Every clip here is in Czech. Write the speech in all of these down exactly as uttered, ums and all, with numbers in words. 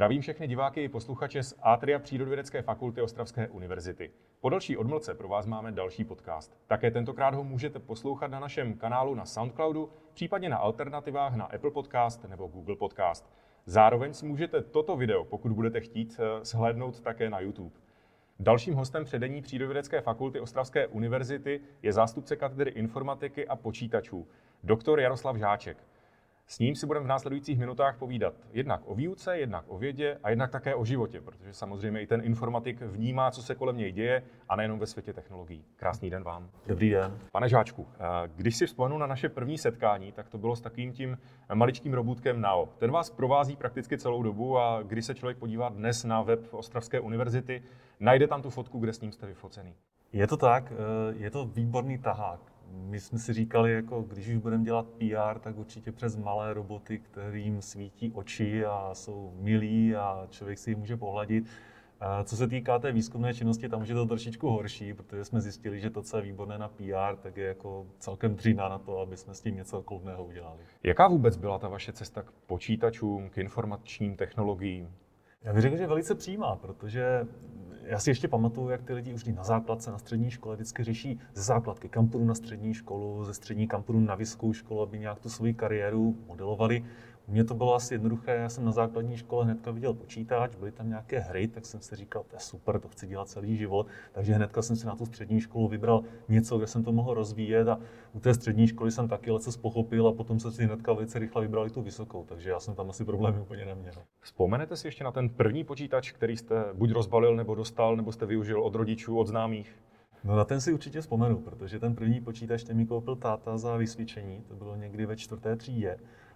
Zdravím všechny diváky i posluchače z Atria Přírodovědecké fakulty Ostravské univerzity. Po další odmlce pro vás máme další podcast. Také tentokrát ho můžete poslouchat na našem kanálu na Soundcloudu, případně na alternativách na Apple Podcast nebo Google Podcast. Zároveň si můžete toto video, pokud budete chtít, shlédnout také na YouTube. Dalším hostem předení Přírodovědecké fakulty Ostravské univerzity je zástupce katedry informatiky a počítačů, doktor Jaroslav Žáček. S ním si budeme v následujících minutách povídat jednak o výuce, jednak o vědě a jednak také o životě, protože samozřejmě i ten informatik vnímá, co se kolem něj děje, a nejenom ve světě technologií. Krásný den vám. Dobrý den. Pane Žáčku, když si vzpomenu na naše první setkání, tak to bylo s takovým tím maličkým robůtkem Nao. Ten vás provází prakticky celou dobu a když se člověk podívá dnes na web Ostravské univerzity, najde tam tu fotku, kde s ním jste vyfocený. Je to tak, je to výborný tahák. My jsme si říkali, jako když už budeme dělat P R, tak určitě přes malé roboty, kterým svítí oči a jsou milí a člověk si ji může pohladit. Co se týká té výzkumné činnosti, tam už je to trošičku horší, protože jsme zjistili, že to, co je výborné na P R, tak je jako celkem dřína na to, aby jsme s tím něco kloudného udělali. Jaká vůbec byla ta vaše cesta k počítačům, k informačním technologiím? Já bych řekl, že velice přímá, protože já si ještě pamatuju, jak ty lidi už na základce, na střední škole vždycky řeší ze základky, kam půjdu na střední školu, ze střední kam půjdu na vysokou školu, aby nějak tu svoji kariéru modelovali. U mě to bylo asi jednoduché, já jsem na základní škole hnedka viděl počítač, byly tam nějaké hry, tak jsem si říkal, to je super, to chci dělat celý život. Takže hnedka jsem si na tu střední školu vybral něco, kde jsem to mohl rozvíjet, a u té střední školy jsem taky lecos pochopil a potom jsem si hnedka velice rychle vybral i tu vysokou, takže já jsem tam asi problémy úplně neměl. Vzpomenete si ještě na ten první počítač, který jste buď rozbalil, nebo dostal, nebo jste využil od rodičů, od známých? No na ten si určitě vzpomenu, protože ten první počítač ten mi koupil táta za vysvědčení, to bylo někdy ve čtvrté třídě.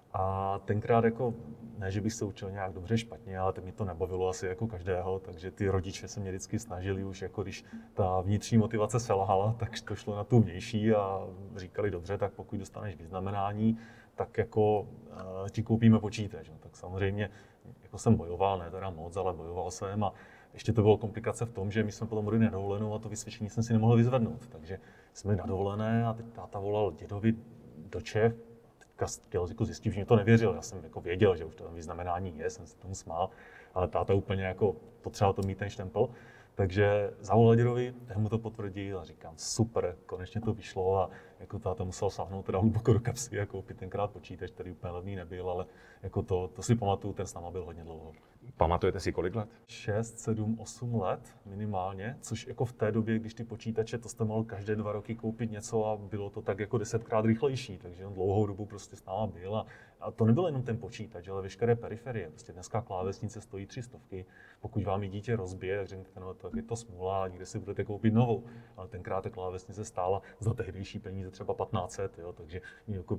A tenkrát jako, ne, že bych se učil nějak dobře špatně, ale to mě to nebavilo asi jako každého, takže ty rodiče se mě vždycky snažili už, jako když ta vnitřní motivace selhala, tak to šlo na tu vnější a říkali, dobře, tak pokud dostaneš vyznamenání, tak jako uh, ti koupíme počítač. No, tak samozřejmě jako jsem bojoval, ne teda moc, ale bojoval jsem, a ještě to bylo komplikace v tom, že my jsme potom byli na dovolenou a to vysvědčení jsem si nemohl vyzvednout, takže jsme na dovolené a teď táta volal dědovi do Čech. Chtěl jako zjistit, že mě to nevěřil. Já jsem jako věděl, že už to vyznamenání je, jsem se tomu smál, ale táta úplně jako potřeboval to mít ten štempel. Takže zavolal dědovi, ten mu to potvrdil a říkám, super, konečně to vyšlo, a jako táta musel sáhnout teda hluboko do kapsy a koupit tenkrát počítač, který úplně levný nebyl, ale jako to, to si pamatuju, ten s náma byl hodně dlouho. Pamatujete si kolik let? šest, sedm, osm let minimálně, což jako v té době, když ty počítače, to jste mohl každé dva roky koupit něco a bylo to tak jako desetkrát rychlejší, takže on dlouhou dobu prostě s náma byl. A, a to nebyl jenom ten počítač, ale veškeré periferie. Prostě dneska klávesnice stojí tři stovky. Pokud vám ji dítě rozbije, tak řeknete, no, tak je to smůla a někde si budete koupit novou. Ale tenkrát ta klávesnice stála za tehdejší peníze třeba patnáct set, jo, takže jako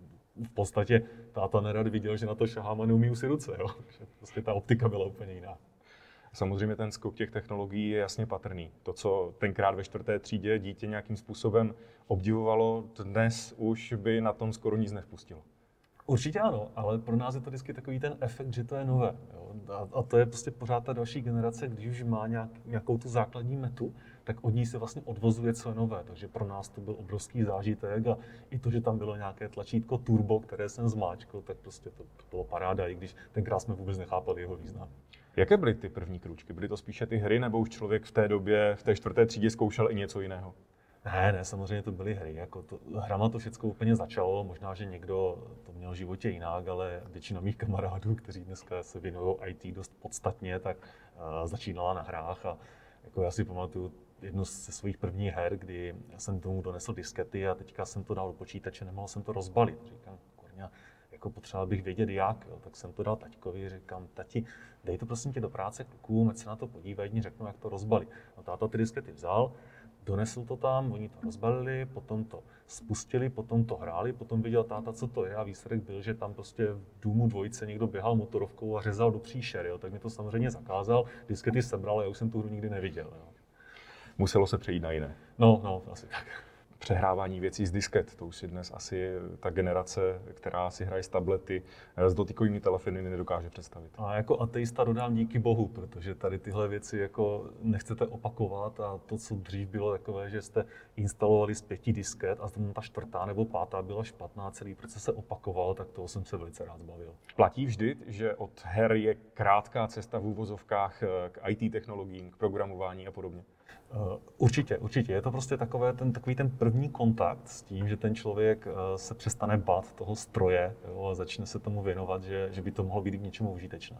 v podstatě táta nerad viděl, že na to šahám a neumí si ruce, jo. Prostě ta optika byla úplně jiná. Samozřejmě ten skok těch technologií je jasně patrný. To, co tenkrát ve čtvrté třídě dítě nějakým způsobem obdivovalo, dnes už by na tom skoro nic nevpustilo. Určitě ano, ale pro nás je to vždycky takový ten efekt, že to je nové. Jo? A, a to je prostě pořád ta další generace, když už má nějak, nějakou tu základní metu, tak od ní se vlastně odvozuje, co je nové. Takže pro nás to byl obrovský zážitek, a i to, že tam bylo nějaké tlačítko turbo, které jsem zmáčkl, tak prostě to, to bylo paráda, i když tenkrát jsme vůbec nechápali jeho význam. Jaké byly ty první krůčky? Byly to spíše ty hry, nebo už člověk v té době, v té čtvrté třídě zkoušel i něco jiného? Ne, ne, samozřejmě to byly hry. Jako to, hrama to všechno úplně začalo. Možná, že někdo to měl v životě jinak, ale většina mých kamarádů, kteří dneska se věnují í té dost podstatně, tak uh, začínala na hrách. A jako já si pamatuju jednu ze svých prvních her, kdy já jsem tomu donesl diskety a teďka jsem to dal do počítače, nemohl jsem to rozbalit. Říkám, kurňa, jako potřeboval bych vědět jak, jo. Tak jsem to dal taťkovi, říkám, tati, dej to prosím tě do práce klukům, ať se na to podívají, mi řeknou, jak to rozbalit. No, táta ty diskety vzal, donesl to tam, oni to rozbalili, potom to spustili, potom to hráli, potom viděl táta, co to je, a výsledek byl, že tam prostě v důmu dvojice někdo běhal motorovkou a řezal do příšery, jo. Tak mi to samozřejmě zakázal, diskety sebral, já už jsem tu hru nikdy neviděl. Jo. Muselo se přejít na jiné. No, no, asi tak. přehrávání věcí z disket. To už si dnes asi ta generace, která si hraje s tablety, s dotykovými telefony, nedokáže představit. A jako ateista dodám díky bohu, protože tady tyhle věci jako nechcete opakovat a to, co dřív bylo takové, že jste instalovali z pěti disket a ta čtvrtá nebo pátá byla špatná, celý proces se opakoval, tak toho jsem se velice rád zbavil. Platí vždy, že od her je krátká cesta v úvozovkách k í té technologiím, k programování a podobně? Určitě, určitě. Je to prostě takové, ten, takový ten první kontakt s tím, že ten člověk se přestane bát toho stroje, jo, a začne se tomu věnovat, že, že by to mohlo být k něčemu užitečné.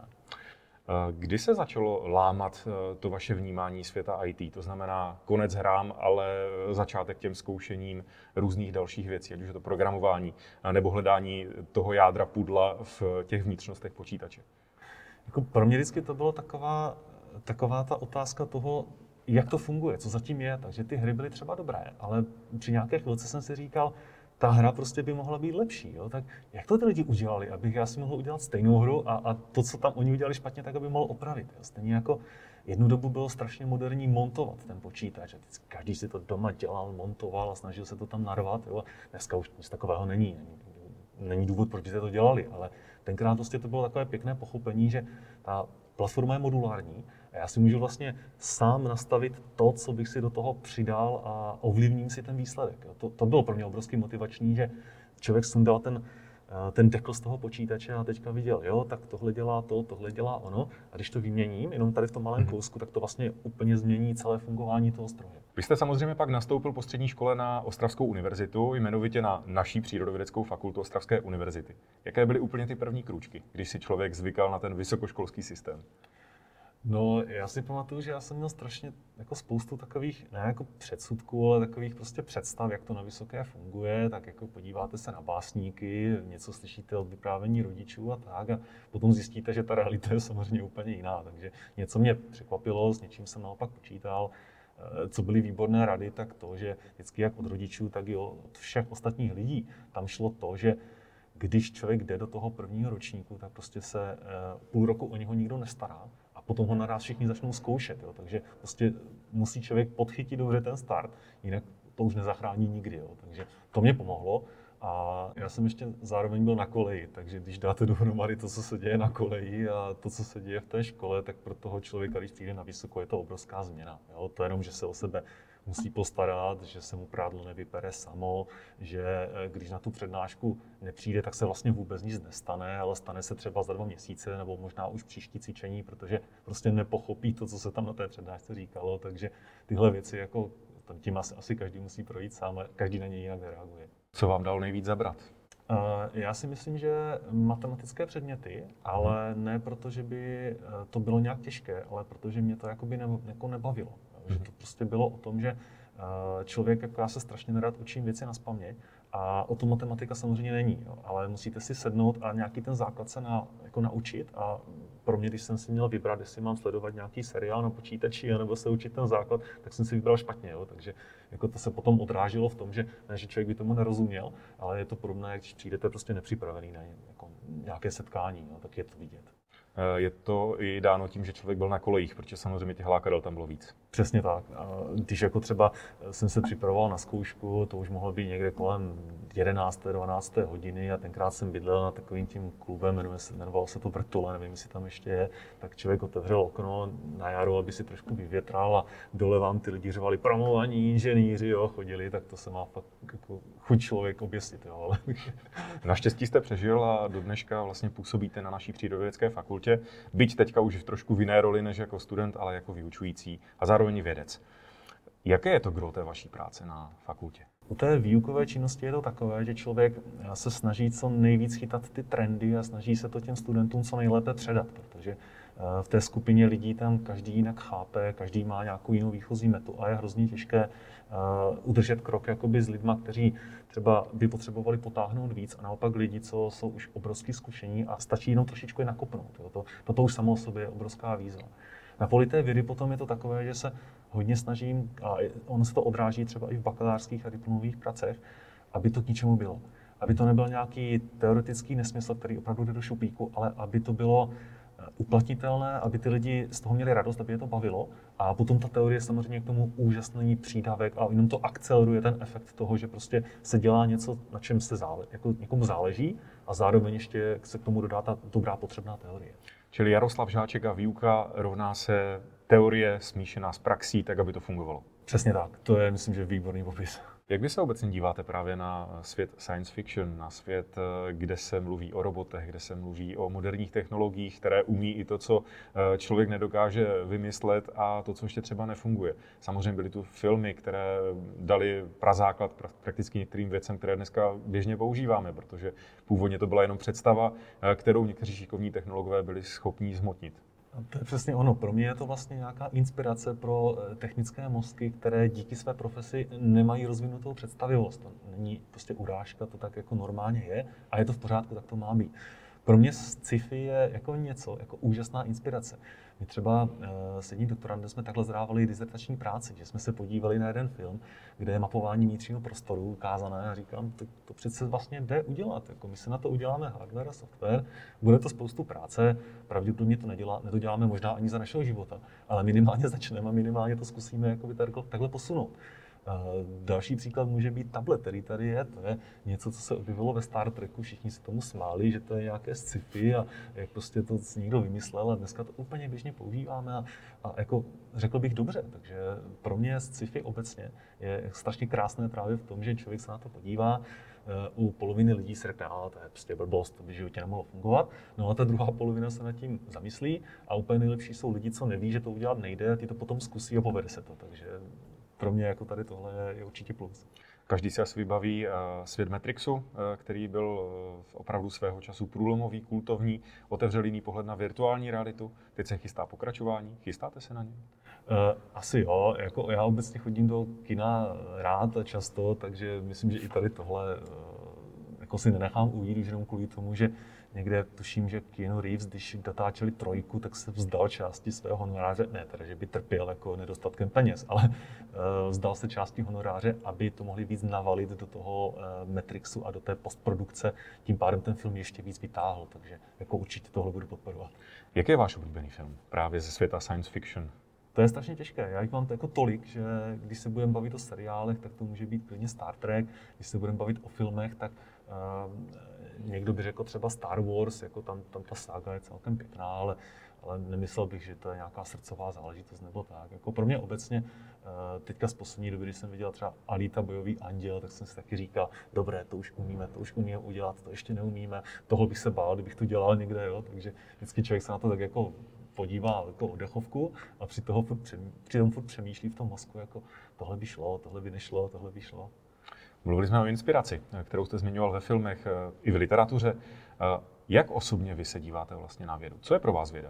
Kdy se začalo lámat to vaše vnímání světa í té? To znamená konec hrám, ale začátek těm zkoušením různých dalších věcí, ať už je to programování nebo hledání toho jádra pudla v těch vnitřnostech počítače. Jako pro mě vždycky to bylo taková, taková ta otázka toho, jak to funguje, co zatím je. Takže ty hry byly třeba dobré, ale při nějaké chvilce jsem si říkal, ta hra prostě by mohla být lepší. Jo? Tak jak to ty lidi udělali, abych já si mohl udělat stejnou hru a, a to, co tam oni udělali špatně, tak aby mohl opravit. Jo? Stejně jako jednu dobu bylo strašně moderní montovat ten počítač. A každý si to doma dělal, montoval a snažil se to tam narvat. Jo? Dneska už nic takového není. není. Není důvod, proč jste to dělali, ale tenkrát prostě to bylo takové pěkné pochopení, že ta platforma je modulární a já si můžu vlastně sám nastavit to, co bych si do toho přidal a ovlivním si ten výsledek. To, to bylo pro mě obrovský motivační, že člověk sundal ten, ten dekl z toho počítače a teďka viděl, jo, tak tohle dělá to, tohle dělá ono a když to vyměním jenom tady v tom malém kousku, tak to vlastně úplně změní celé fungování toho stroje. Vy jste samozřejmě pak nastoupil po střední škole na Ostravskou univerzitu, jmenovitě na naší přírodovědeckou fakultu Ostravské univerzity. Jaké byly úplně ty první krůčky, když si člověk zvykal na ten vysokoškolský systém? No, já si pamatuju, že já jsem měl strašně jako spoustu takových, ne jako předsudků, ale takových prostě představ, jak to na vysoké funguje, tak jako podíváte se na básníky, něco slyšíte od vyprávění rodičů a tak a potom zjistíte, že ta realita je samozřejmě úplně jiná, takže něco mě překvapilo, s něčím jsem naopak počítal. Co byly výborné rady, tak to, že vždycky jak od rodičů, tak i od všech ostatních lidí, tam šlo to, že když člověk jde do toho prvního ročníku, tak prostě se půl roku o něho nikdo nestará a potom ho naraz všichni začnou zkoušet. Jo. Takže prostě musí člověk podchytit dobře ten start, jinak to už nezachrání nikdy. Jo. Takže to mě pomohlo. A já jsem ještě zároveň byl na koleji, takže když dáte dohromady to, co se děje na koleji a to, co se děje v té škole, tak pro toho člověka, když přijde na vysoko, je to obrovská změna. Jo? To jenom, že se o sebe musí postarat, že se mu prádlo nevypere samo, že když na tu přednášku nepřijde, tak se vlastně vůbec nic nestane, ale stane se třeba za dva měsíce nebo možná už příští cvičení, protože prostě nepochopí to, co se tam na té přednášce říkalo, takže tyhle věci jako tím asi, asi každý musí projít sám, každý na něj jinak reaguje. Co vám dalo nejvíc zabrat? Uh, já si myslím, že matematické předměty, ale hmm. ne proto, že by to bylo nějak těžké, ale protože mě to jakoby ne, jako nebavilo. Hmm. Že to prostě bylo o tom, že uh, člověk, jako já se strašně nerad učím věci nazpaměť a o tom matematika samozřejmě není, jo, ale musíte si sednout a nějaký ten základ se na, jako naučit a pro mě, když jsem si měl vybrat, jestli mám sledovat nějaký seriál na počítači nebo se učit ten základ, tak jsem si vybral špatně. Jo? Takže jako to se potom odrážilo v tom, že, ne, že člověk by tomu nerozuměl, ale je to podobné, když přijdete prostě nepřipravený na jako nějaké setkání, no, tak je to vidět. Je to i dáno tím, že člověk byl na kolejích, protože samozřejmě těch lákadel tam bylo víc. Přesně tak. Když jako třeba jsem se připravoval na zkoušku, to už mohlo být někde kolem jedenácté, dvanácté hodiny a tenkrát jsem bydlel na takovým tím klubem, jmenovalo se to Vrtule, nevím, jestli tam ještě je, tak člověk otevřel okno na jaro, aby si trošku vyvětral a dole vám ty lidi řvali promovaní inženýři, jo, chodili, tak to se má fakt jako chuť člověk oběsit. Jo, ale... Naštěstí jste přežil a do dneška vlastně působíte na naší přírodovědecké fakultě, byť teďka už v trošku v jiné roli než jako student, ale jako vyučující a zároveň vědec. Jaké je to gro té vaší práce na fakultě? U té výukové činnosti je to takové, že člověk se snaží co nejvíc chytat ty trendy a snaží se to těm studentům co nejlépe předat, protože v té skupině lidí tam každý jinak chápe, každý má nějakou jinou výchozí metu a je hrozně těžké udržet krok jakoby s lidma, kteří třeba by potřebovali potáhnout víc a naopak lidi, co jsou už obrovský zkušení a stačí jenom trošičku je nakopnout. Jo. To, to, to už samo o sobě je obrovská výzva. Na poli té vědy potom je to takové, že se hodně snažím, a ono se to odráží třeba i v bakalářských a diplomových pracech, aby to k ničemu bylo. Aby to nebyl nějaký teoretický nesmysl, který opravdu jde do šuplíku, ale aby to bylo uplatnitelné, aby ty lidi z toho měli radost, aby je to bavilo. A potom ta teorie samozřejmě k tomu úžasný přídavek a jenom to akceleruje ten efekt toho, že prostě se dělá něco, na čem se zále, jako někomu záleží a zároveň ještě se k tomu dodá ta dobrá potřebná teorie. Čili Jaroslav Žáček a výuka rovná se teorie smíšená s praxí, tak aby to fungovalo. Přesně tak. To je, myslím, že výborný popis. Jak vy se obecně díváte právě na svět science fiction, na svět, kde se mluví o robotech, kde se mluví o moderních technologiích, které umí i to, co člověk nedokáže vymyslet a to, co ještě třeba nefunguje. Samozřejmě byly tu filmy, které dali prazáklad prakticky některým věcem, které dneska běžně používáme, protože původně to byla jenom představa, kterou někteří šikovní technologové byli schopní zhmotnit. A to je přesně ono. Pro mě je to vlastně nějaká inspirace pro technické mozky, které díky své profesi nemají rozvinutou představivost. To není prostě urážka, to tak jako normálně je a je to v pořádku, tak to má být. Pro mě sci-fi je jako něco, jako úžasná inspirace. My třeba uh, s jedním doktorandem jsme takhle zadávali dizertační práci, že jsme se podívali na jeden film, kde je mapování vnitřního prostoru ukázané a říkám, to, to přece vlastně jde udělat. Jako my se na to uděláme hardware a software, bude to spoustu práce, pravděpodobně to nedělá, nedoděláme možná ani za našeho života, ale minimálně začneme a minimálně to zkusíme jakoby takhle, takhle posunout. Další příklad může být tablet, který tady je. To je něco, co se objevilo ve Star Treku. Všichni si tomu smáli, že to je nějaké sci-fi a jak prostě to někdo vymyslel a dneska to úplně běžně používáme a, a jako řekl bych dobře. Takže pro mě sci-fi obecně je strašně krásné právě v tom, že člověk se na to podívá. U poloviny lidí se řekne, a to je prostě blbost, to by v životě nemohlo fungovat. No a ta druhá polovina se nad tím zamyslí a úplně nejlepší jsou lidi, co neví, že to udělat nejde a ty to potom zkusí a povede se to. Takže pro mě jako tady tohle je určitě plus. Každý si asi vybaví svět Matrixu, který byl opravdu svého času průlomový, kultovní, otevřel jiný pohled na virtuální realitu. Teď se chystá pokračování. Chystáte se na ně? Uh, asi jo. Jako já obecně chodím do kina rád a často, takže myslím, že i tady tohle uh, jako si nenechám ujít, už jenom kvůli tomu, že někde tuším, že Keanu Reeves, když natáčeli trojku, tak se vzdal části svého honoráře, ne teda, že by trpěl jako nedostatkem peněz, ale uh, vzdal se části honoráře, aby to mohli víc navalit do toho uh, Matrixu a do té postprodukce, tím pádem ten film ještě víc vytáhl, takže jako určitě tohle budu podporovat. Jaký je váš oblíbený film právě ze světa science fiction? To je strašně těžké. Já jich mám jako tolik, že když se budeme bavit o seriálech, tak to může být klidně Star Trek. Když se budeme bavit o filmech, tak uh, někdo by řekl třeba Star Wars, jako tam, tam ta saga je celkem pěkná, ale, ale nemyslel bych, že to je nějaká srdcová záležitost nebo tak. Jako pro mě obecně uh, teďka z poslední doby, když jsem viděl třeba Alita bojový anděl, tak jsem si taky říkal, dobré, to už umíme, to už umíme udělat, to ještě neumíme, toho bych se bál, kdybych to dělal někde, jo. Takže vždycky člověk se na to tak jako podívá jako oddechovku a při, toho furt přemý, při tom furt přemýšlí v tom mozku, jako tohle by šlo, tohle by nešlo, tohle by šlo. Mluvili jsme o inspiraci, kterou jste zmiňoval ve filmech i v literatuře. Jak osobně vy se díváte vlastně na vědu? Co je pro vás věda?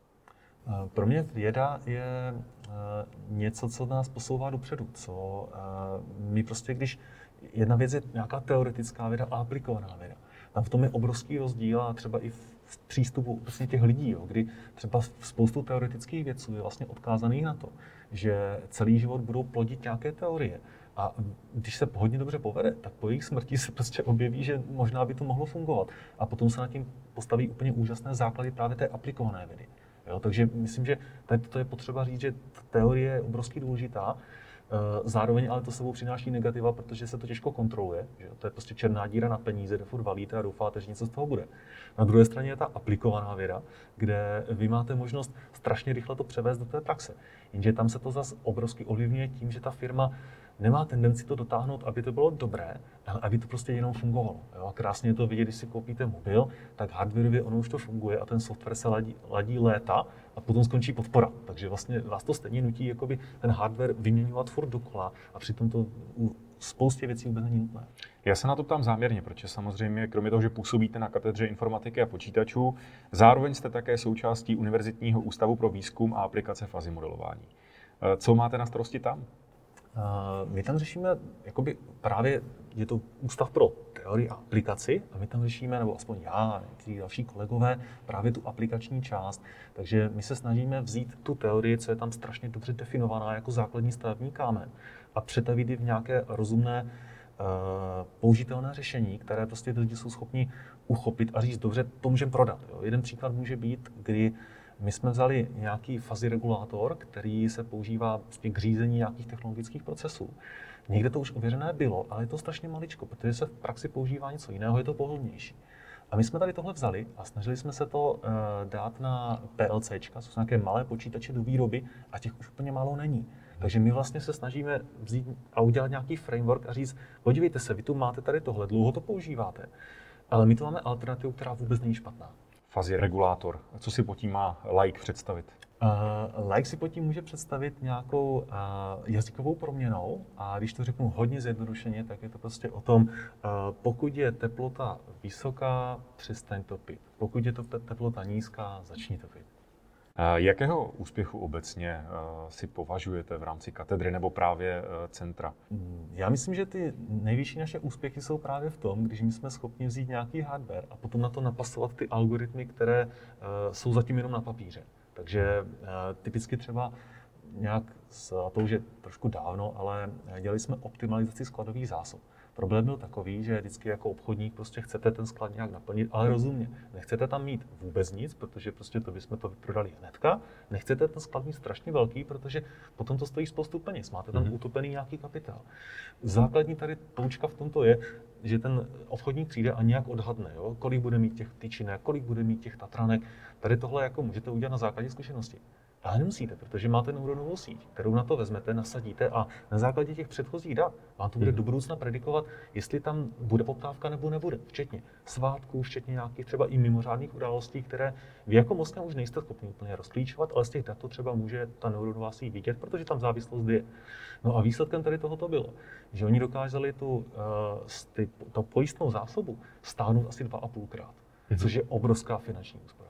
Pro mě věda je něco, co nás posouvá dopředu. Co my prostě, když jedna věc je nějaká teoretická věda a aplikovaná věda. Tam v tom je obrovský rozdíl a třeba i v přístupu vlastně těch lidí, jo, kdy třeba spoustu teoretických věců je vlastně odkázaných na to, že celý život budou plodit nějaké teorie. A když se hodně dobře povede, tak po jejich smrti se prostě objeví, že možná by to mohlo fungovat. A potom se nad tím postaví úplně úžasné základy právě té aplikované vědy. Jo, takže myslím, že tady to je potřeba říct, že teorie je obrovsky důležitá. Zároveň ale to sebou přináší negativa, protože se to těžko kontroluje. Že? To je prostě černá díra na peníze, kde furt valíte a doufáte, že něco z toho bude. Na druhé straně je ta aplikovaná věda, kde vy máte možnost strašně rychle to převést do té praxe. Jenže tam se to zase obrovsky ovlivňuje tím, že ta firma nemá tendenci to dotáhnout, aby to bylo dobré, ale aby to prostě jenom fungovalo. Jo? A krásně je to vidět, když si koupíte mobil, tak hardwareově ono už to funguje a ten software se ladí, ladí léta a potom skončí podpora. Takže vlastně vás to stejně nutí jakoby ten hardware vyměňovat furt dokola a přitom to u spoustě věcí vůbec není nutné. Já se na to ptám záměrně, protože samozřejmě kromě toho, že působíte na katedře informatiky a počítačů, zároveň jste také součástí Univerzitního ústavu pro výzkum a aplikace fuzzy modelování. Co máte na starosti tam? My tam řešíme, jakoby právě je to ústav pro teorii a aplikaci a my tam řešíme, nebo aspoň já a někteří další kolegové, právě tu aplikační část. Takže my se snažíme vzít tu teorii, co je tam strašně dobře definovaná jako základní stavební kámen a přetavit ji v nějaké rozumné použitelné řešení, které prostě ty lidi jsou schopni uchopit a říct, dobře, to můžeme prodat. Jo. Jeden příklad může být, kdy my jsme vzali nějaký fuzzy regulátor, který se používá k řízení nějakých technologických procesů. Někde to už ověřené bylo, ale je to strašně maličko, protože se v praxi používá něco jiného, je to pohodlnější. A my jsme tady tohle vzali a snažili jsme se to uh, dát na PLCčka, co jsou nějaké malé počítače do výroby a těch už úplně málo není. Takže my vlastně se snažíme vzít a udělat nějaký framework a říct, podívejte se, vy tu máte tady tohle, dlouho to používáte, ale my tu máme alternativu, která vůbec není špatná. Fuzzy regulátor. Co si pod tím má like představit? Uh, like si pod tím může představit nějakou uh, jazykovou proměnou a když to řeknu hodně zjednodušeně, tak je to prostě o tom, uh, pokud je teplota vysoká, přestaň topit. Pokud je to teplota nízká, začni topit. Jakého úspěchu obecně si považujete v rámci katedry nebo právě centra? Já myslím, že ty nejvyšší naše úspěchy jsou právě v tom, když my jsme schopni vzít nějaký hardware a potom na to napasovat ty algoritmy, které jsou zatím jenom na papíře. Takže typicky třeba nějak, a to už je trošku dávno, ale dělali jsme optimalizaci skladových zásob. Problém byl takový, že vždycky jako obchodník prostě chcete ten sklad nějak naplnit, ale rozumně. Nechcete tam mít vůbec nic, protože prostě to bychom to vyprodali hnedka. Nechcete ten sklad mít strašně velký, protože potom to stojí spoustu peněz. Máte tam mm-hmm. utopený nějaký kapitál. Základní tady poučka v tomto je, že ten obchodník přijde a nějak odhadne, jo? Kolik bude mít těch tyčinek, kolik bude mít těch tatranek. Tady tohle jako můžete udělat na základě zkušenosti. Ale nemusíte, protože máte neuronovou síť, kterou na to vezmete, nasadíte a na základě těch předchozích dat vám to bude do budoucna predikovat, jestli tam bude poptávka nebo nebude, včetně svátků, včetně nějakých třeba i mimořádných událostí, které vy jako mozkem už nejste schopni úplně rozklíčovat, ale z těch dat to třeba může ta neuronová síť vidět, protože tam závislost je. No a výsledkem tady tohoto bylo, že oni dokázali tu, uh, ty, to pojistnou zásobu stáhnout asi dva a půlkrát, mm-hmm. což je obrovská finanční úspora.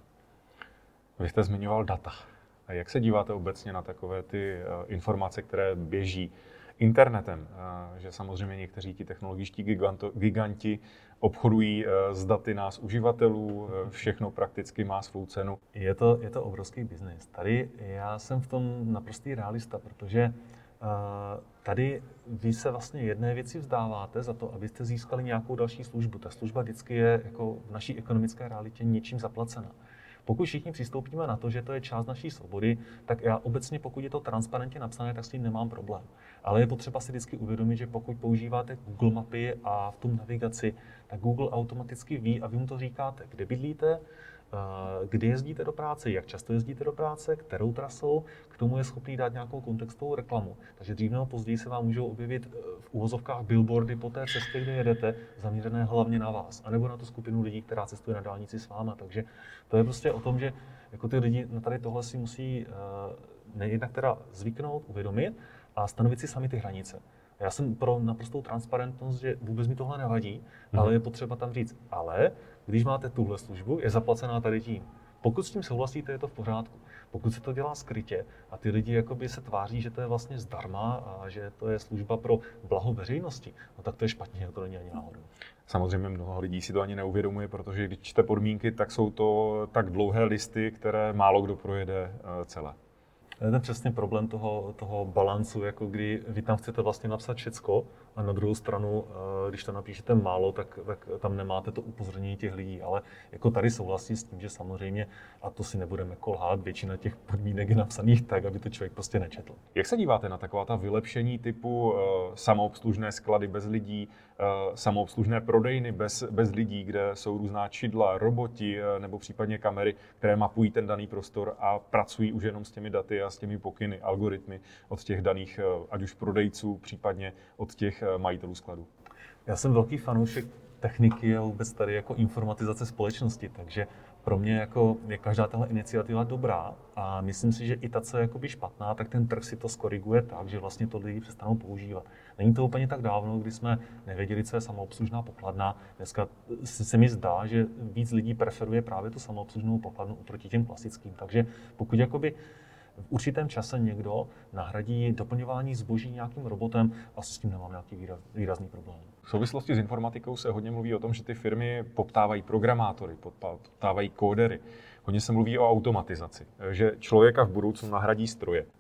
Vy jste zmiňoval data. A jak se díváte obecně na takové ty informace, které běží internetem? Že samozřejmě někteří ti technologičtí giganto, giganti obchodují s daty nás uživatelů, všechno prakticky má svou cenu. Je to, je to obrovský biznis. Tady já jsem v tom naprostý realista, protože uh, tady vy se vlastně jedné věci vzdáváte za to, abyste získali nějakou další službu. Ta služba vždycky je jako v naší ekonomické realitě něčím zaplacena. Pokud všichni přistoupíme na to, že to je část naší svobody, tak já obecně, pokud je to transparentně napsané, tak s tím nemám problém. Ale je potřeba si vždycky uvědomit, že pokud používáte Google mapy a v tom navigaci, tak Google automaticky ví a vy mu to říkáte, kde bydlíte, kdy jezdíte do práce, jak často jezdíte do práce, kterou trasou, k tomu je schopný dát nějakou kontextovou reklamu. Takže dřív nebo později se vám můžou objevit v uvozovkách billboardy po té cestě, kde jedete, zaměřené hlavně na vás, anebo na tu skupinu lidí, která cestuje na dálnici s váma. Takže to je prostě o tom, že jako ty lidi na tady tohle si musí nejednak teda zvyknout, uvědomit a stanovit si sami ty hranice. Já jsem pro naprostou transparentnost, že vůbec mi tohle nevadí, mm. ale je potřeba tam říct, ale když máte tuhle službu, je zaplacená tady tím. Pokud s tím souhlasíte, je to v pořádku. Pokud se to dělá skrytě a ty lidi jakoby se tváří, že to je vlastně zdarma a že to je služba pro blaho veřejnosti, no tak to je špatně, to není ani náhodou. Samozřejmě mnoho lidí si to ani neuvědomuje, protože když čte podmínky, tak jsou to tak dlouhé listy, které málo kdo projede celé. To je ten přesně problém toho, toho balancu, jako kdy vy tam chcete vlastně napsat všecko a na druhou stranu, když to napíšete málo, tak, tak tam nemáte to upozornění těch lidí. Ale jako tady souhlasím s tím, že samozřejmě, a to si nebudeme kolhát, většina těch podmínek je napsaných tak, aby to člověk prostě nečetl. Jak se díváte na taková ta vylepšení typu uh, samoobslužné sklady bez lidí, uh, samoobslužné prodejny bez, bez lidí, kde jsou různá čidla, roboti uh, nebo případně kamery, které mapují ten daný prostor a pracují už jenom s těmi daty a s těmi pokyny, algoritmy od těch daných, uh, ať už prodejců, případně od těch uh, majitelů skladů? Já jsem velký fanoušek techniky a vůbec tady jako informatizace společnosti, takže pro mě jako je každá tahle iniciativa dobrá a myslím si, že i ta, co je jakoby špatná, tak ten trh si to skoriguje tak, že vlastně to lidi přestanou používat. Není to úplně tak dávno, kdy jsme nevěděli, co je samoobslužná pokladna. Dneska se mi zdá, že víc lidí preferuje právě tu samoobslužnou pokladnu oproti těm klasickým. Takže pokud jakoby v určitém čase někdo nahradí doplňování zboží nějakým robotem, asi s tím nemám nějaký výraz, výrazný problém. V souvislosti s informatikou se hodně mluví o tom, že ty firmy poptávají programátory, poptávají kódery. Hodně se mluví o automatizaci, že člověka v budoucnu nahradí stroje.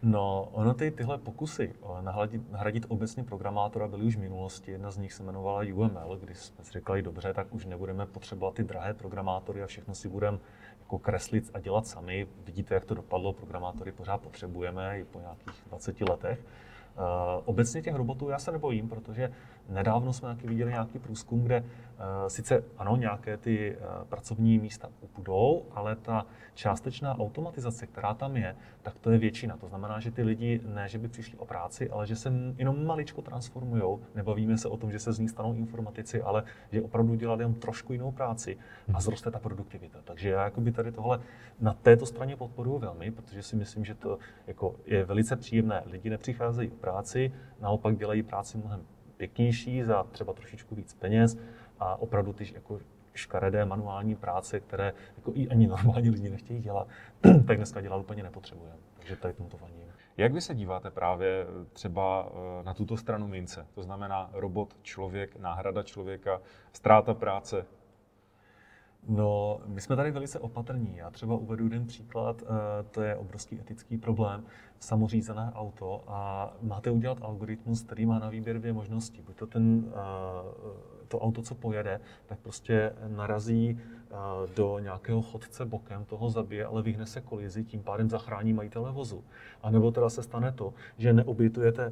No, ono ty, tyhle pokusy nahradit, nahradit obecně programátora byly už v minulosti. Jedna z nich se jmenovala U M L, kdy jsme si řekli, dobře, tak už nebudeme potřebovat ty drahé programátory a všechno si budeme jako kreslit a dělat sami. Vidíte, jak to dopadlo, programátory pořád potřebujeme i po nějakých dvaceti letech. Uh, obecně těch robotů já se nebojím, protože nedávno jsme taky viděli nějaký průzkum, kde uh, sice ano, nějaké ty uh, pracovní místa ubudou, ale ta částečná automatizace, která tam je, tak to je většina. To znamená, že ty lidi ne, že by přišli o práci, ale že se jenom maličko transformujou. Nebavíme se o tom, že se z nich stanou informatici, ale že opravdu dělat jen trošku jinou práci a zroste ta produktivita. Takže já jakoby tady tohle na této straně podporuji velmi, protože si myslím, že to jako je velice příjemné. Lidi nepřicházejí o práci, naopak dělají práci mnohem pěknější za třeba trošičku víc peněz a opravdu ty jako škaredé manuální práce, které jako i ani normální lidi nechtějí dělat, tak dneska dělat úplně nepotřebujeme. Takže tady tomu to fandím. Jak vy se díváte právě třeba na tuto stranu mince? To znamená robot, člověk, náhrada člověka, ztráta práce? No, my jsme tady velice opatrní. Já třeba uvedu jeden příklad, to je obrovský etický problém. Samořízené auto a máte udělat algoritmus, který má na výběr dvě možnosti. Buď to ten, to auto, co pojede, tak prostě narazí do nějakého chodce bokem, toho zabije, ale vyhne se kolizi, tím pádem zachrání majitele vozu. A nebo teda se stane to, že neobětujete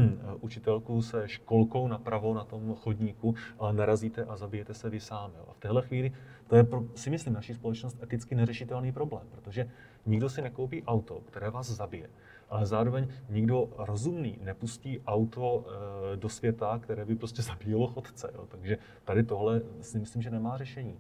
učitelku se školkou napravo na tom chodníku, ale narazíte a zabijete se vy sám. Jo. A v téhle chvíli to je, pro, si myslím, naší společnost eticky neřešitelný problém, protože nikdo si nekoupí auto, které vás zabije, ale zároveň nikdo rozumný nepustí auto e, do světa, které by prostě zabíjelo chodce. Jo. Takže tady tohle si myslím, že nemá řešení.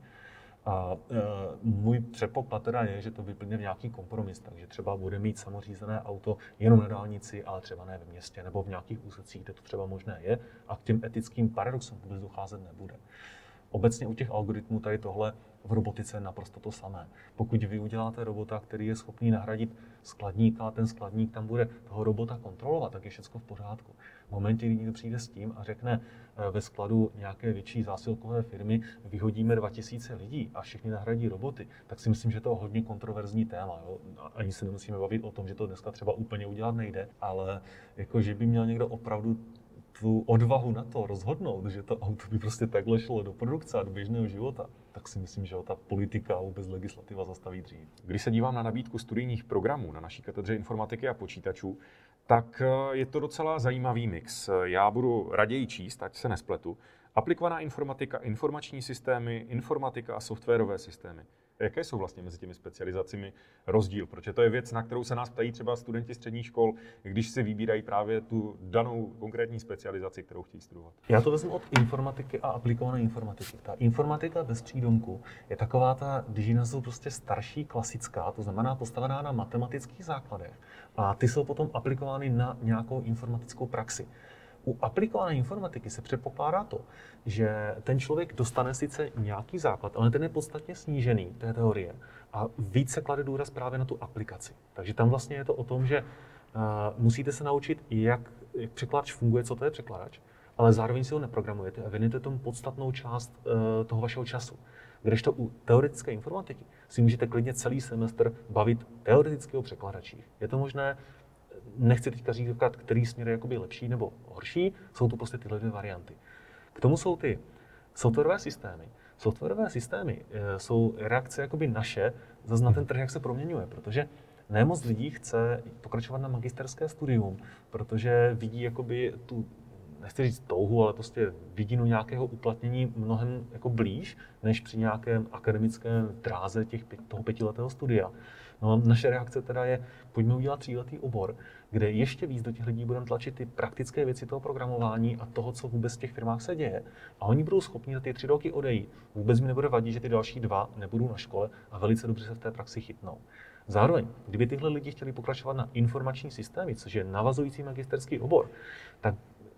A e, můj předpoklad teda je, že to vyplně v nějaký kompromis, takže třeba bude mít samořízené auto jenom na dálnici, ale třeba ne ve městě nebo v nějakých úsecích, kde to třeba možné je a k těm etickým paradoxům vůbec docházet nebude. Obecně u těch algoritmů tady tohle v robotice je naprosto to samé. Pokud vy uděláte robota, který je schopný nahradit skladníka a ten skladník tam bude toho robota kontrolovat, tak je všechno v pořádku. V momentě, kdy někdo přijde s tím a řekne ve skladu nějaké větší zásilkové firmy vyhodíme dva tisíce lidí a všichni nahradí roboty, tak si myslím, že to je hodně kontroverzní téma. Jo? Ani se nemusíme bavit o tom, že to dneska třeba úplně udělat nejde, ale jako, že by měl někdo opravdu tu odvahu na to rozhodnout, že to auto by prostě takhle šlo do produkce a do běžného života, tak si myslím, že ta politika a vůbec legislativa zastaví dřív. Když se dívám na nabídku studijních programů na naší katedře informatiky a počítačů, tak je to docela zajímavý mix. Já budu raději číst, ať se nespletu. Aplikovaná informatika, informační systémy, informatika a softwarové systémy. Jaké jsou vlastně mezi těmi specializacemi rozdíl? Protože to je věc, na kterou se nás ptají třeba studenti středních škol, když si vybírají právě tu danou konkrétní specializaci, kterou chtějí studovat. Já to vezmu od informatiky a aplikované informatiky. Ta informatika bez přídomku je taková ta, když ji nazvu prostě starší, klasická, to znamená postavená na matematických základech. A ty jsou potom aplikovány na nějakou informatickou praxi. U aplikované informatiky se předpokládá to, že ten člověk dostane sice nějaký základ, ale ten je podstatně snížený té teorie a více klade důraz právě na tu aplikaci. Takže tam vlastně je to o tom, že uh, musíte se naučit, jak, jak překladač funguje, co to je překladač, ale zároveň si ho neprogramujete a věnujete tomu podstatnou část uh, toho vašeho času. Kdežto u teoretické informatiky si můžete klidně celý semestr bavit teoreticky o překladačích. Je to možné. Nechci teďka říkat, který směr je jakoby lepší nebo horší, jsou to prostě tyhle dvě varianty. K tomu jsou ty softwarové systémy. Softwarové systémy e, jsou reakce jakoby naše zase na ten trh, jak se proměňuje, protože nemoc lidí chce pokračovat na magisterské studium, protože vidí jakoby tu, nechci říct touhu, ale prostě vidinu nějakého uplatnění mnohem jako blíž, než při nějakém akademickém dráze těch, toho pětiletého studia. No, naše reakce teda je, pojďme udělat tříletý obor, kde ještě víc do těch lidí budeme tlačit ty praktické věci toho programování a toho, co vůbec v těch firmách se děje. A oni budou schopni za ty tři roky odejít. Vůbec mi nebude vadit, že ty další dva nebudou na škole a velice dobře se v té praxi chytnou. Zároveň, kdyby tyhle lidi chtěli pokračovat na informační systémy, což je navazující magisterský obor, tak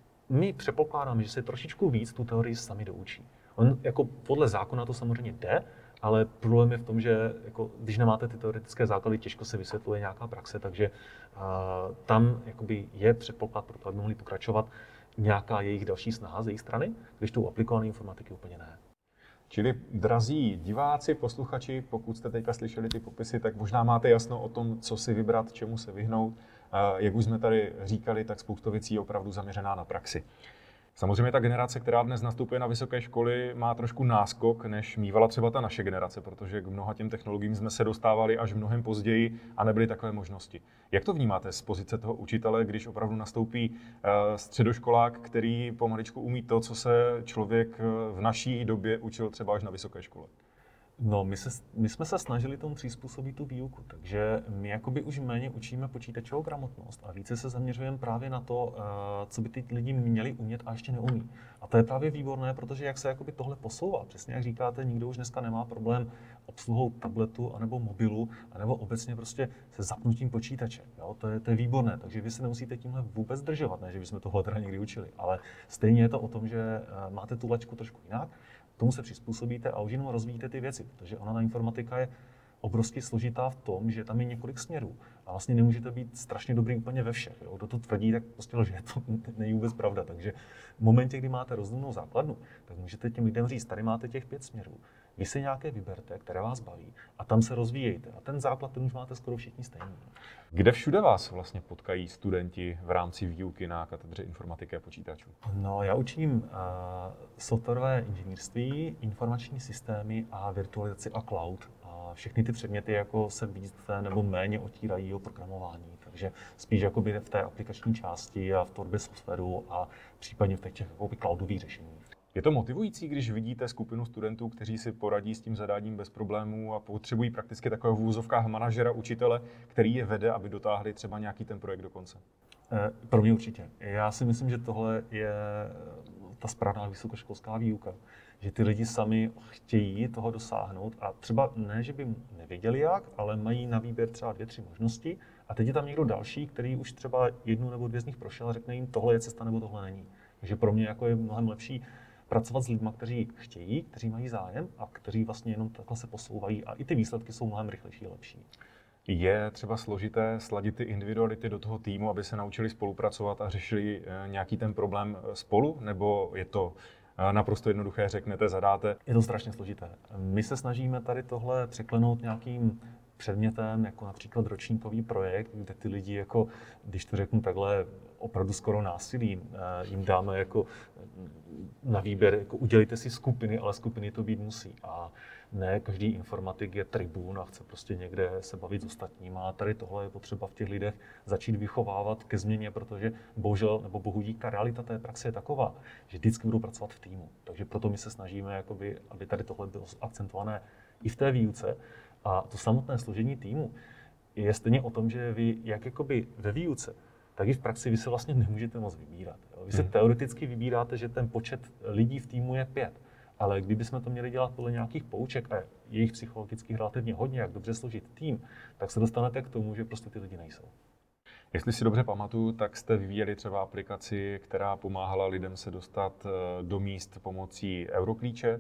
my předpokládáme, že se trošičku víc tu teorii sami doučí. On jako podle zákona to samozřejmě jde, ale problém je v tom, že jako, když nemáte ty teoretické základy, těžko se vysvětluje nějaká praxe, takže uh, tam jakoby je předpoklad pro to, aby mohli pokračovat nějaká jejich další snaha z jejich strany, když tu aplikované informatiky úplně ne. Čili, drazí diváci, posluchači, pokud jste teďka slyšeli ty popisy, tak možná máte jasno o tom, co si vybrat, čemu se vyhnout. Jak už jsme tady říkali, tak spousta věcí je opravdu zaměřená na praxi. Samozřejmě ta generace, která dnes nastupuje na vysoké školy, má trošku náskok, než mívala třeba ta naše generace, protože k mnoha těm technologiím jsme se dostávali až mnohem později a nebyly takové možnosti. Jak to vnímáte z pozice toho učitele, když opravdu nastoupí středoškolák, který pomaličku umí to, co se člověk v naší době učil třeba až na vysoké škole? No, my, se, my jsme se snažili tomu přizpůsobit tu výuku, takže my jakoby už méně učíme počítačovou gramotnost a více se zaměřujeme právě na to, co by ty lidi měli umět a ještě neumí. A to je právě výborné, protože jak se jakoby tohle posouvá, přesně jak říkáte, nikdo už dneska nemá problém obsluhou tabletu anebo mobilu, anebo obecně prostě se zapnutím počítače. Jo? To, je, to je výborné, takže vy se nemusíte tímhle vůbec zdržovat, ne, že bychom tohle teda někdy učili, ale stejně je to o tom, že máte tu laťku trošku jinak, tomu se přizpůsobíte a už jenom rozvíjíte ty věci, protože ona, ta informatika je obrovsky složitá v tom, že tam je několik směrů a vlastně nemůžete být strašně dobrý úplně ve všech. Jo? Kdo to tvrdí, tak prostě lže, to není vůbec pravda. Takže v momentě, kdy máte rozumnou základnu, tak můžete těm lidem říct, tady máte těch pět směrů. Vy si nějaké vyberte, které vás baví a tam se rozvíjejte. A ten základ, ten už máte skoro všichni stejný. Kde všude vás vlastně potkají studenti v rámci výuky na katedře informatiky a počítačů? No, já učím uh, softwarové inženýrství, informační systémy a virtualizaci a cloud. A všechny ty předměty jako se více nebo méně otírají o programování. Takže spíš jakoby v té aplikační části a v tvorbě softwaru a případně v těch jakoby cloudových řešeních. Je to motivující, když vidíte skupinu studentů, kteří si poradí s tím zadáním bez problémů a potřebují prakticky takového v úvozovkách manažera, učitele, který je vede, aby dotáhli třeba nějaký ten projekt do konce? Pro mě určitě. Já si myslím, že tohle je ta správná vysokoškolská výuka. Že ty lidi sami chtějí toho dosáhnout a třeba ne, že by nevěděli jak, ale mají na výběr třeba dvě, tři možnosti a teď je tam někdo další, který už třeba jednu nebo dvě z nich prošel a řekne jim, tohle je cesta nebo tohle není. Takže pro mě jako je mnohem lepší pracovat s lidmi, kteří chtějí, kteří mají zájem a kteří vlastně jenom takhle se posouvají a i ty výsledky jsou mnohem rychlejší a lepší. Je třeba složité sladit ty individuality do toho týmu, aby se naučili spolupracovat a řešili nějaký ten problém spolu, nebo je to naprosto jednoduché, řeknete, zadáte? Je to strašně složité. My se snažíme tady tohle překlenout nějakým předmětem, jako například ročníkový projekt, kde ty lidi, jako, když to řeknu takhle, opravdu skoro násilím, jim dáme jako na výběr, jako udělejte si skupiny, ale skupiny to být musí. A ne každý informatik je tribun a chce prostě někde se bavit s ostatníma. A tady tohle je potřeba v těch lidech začít vychovávat ke změně, protože bohužel, nebo bohu dík, ta realita té praxe je taková, že vždycky budou pracovat v týmu. Takže proto my se snažíme, jakoby, aby tady tohle bylo akcentované i v té výuce. A to samotné složení týmu je stejně o tom, že vy jak jakoby ve výuce, tak i v praxi vy se vlastně nemůžete moc vybírat. Vy se teoreticky vybíráte, že ten počet lidí v týmu je pět. Ale kdybychom to měli dělat podle nějakých pouček a jejich psychologických relativně hodně, jak dobře složit tým, tak se dostanete k tomu, že prostě ty lidi nejsou. Jestli si dobře pamatuju, tak jste vyvíjeli třeba aplikaci, která pomáhala lidem se dostat do míst pomocí euroklíče.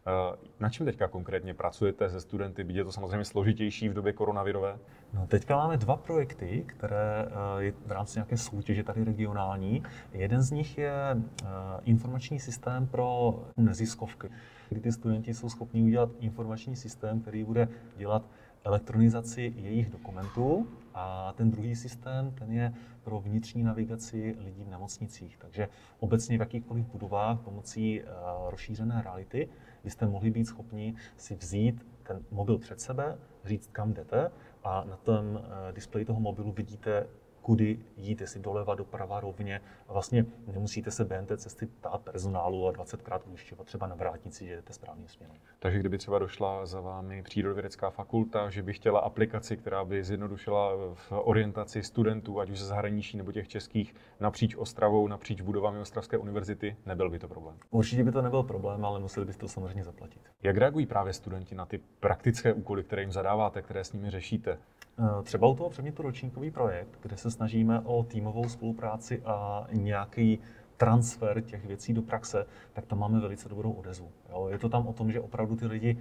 Na čem teďka konkrétně pracujete se studenty? Byť je to samozřejmě složitější v době koronavirové? No, teďka máme dva projekty, které je v rámci nějaké soutěže tady regionální. Jeden z nich je informační systém pro neziskovky, kdy ty studenti jsou schopni udělat informační systém, který bude dělat elektronizaci jejich dokumentů a ten druhý systém, ten je pro vnitřní navigaci lidí v nemocnicích. Takže obecně v jakýchkoliv budovách pomocí uh, rozšířené reality byste mohli být schopni si vzít ten mobil před sebe, říct, kam jdete a na tom uh, displeji toho mobilu vidíte, kudy jít, jestli doleva, doprava, rovně. A vlastně nemusíte se během té cesty ptát personálu a dvacetkrát ujišťovat třeba na vrátnici, že jdete správným směrem. Takže kdyby třeba došla za vámi přírodovědecká fakulta, že by chtěla aplikaci, která by zjednodušila v orientaci studentů, ať už ze zahraničí nebo těch českých, napříč Ostravou, napříč budovami Ostravské univerzity, nebyl by to problém? Určitě by to nebyl problém, ale museli byste to samozřejmě zaplatit. Jak reagují právě studenti na ty praktické úkoly, které jim zadáváte, které s nimi řešíte? Třeba u toho předmětu ročníkový projekt, kde se snažíme o týmovou spolupráci a nějaký transfer těch věcí do praxe, tak tam máme velice dobrou odezvu. Jo, je to tam o tom, že opravdu ty lidi,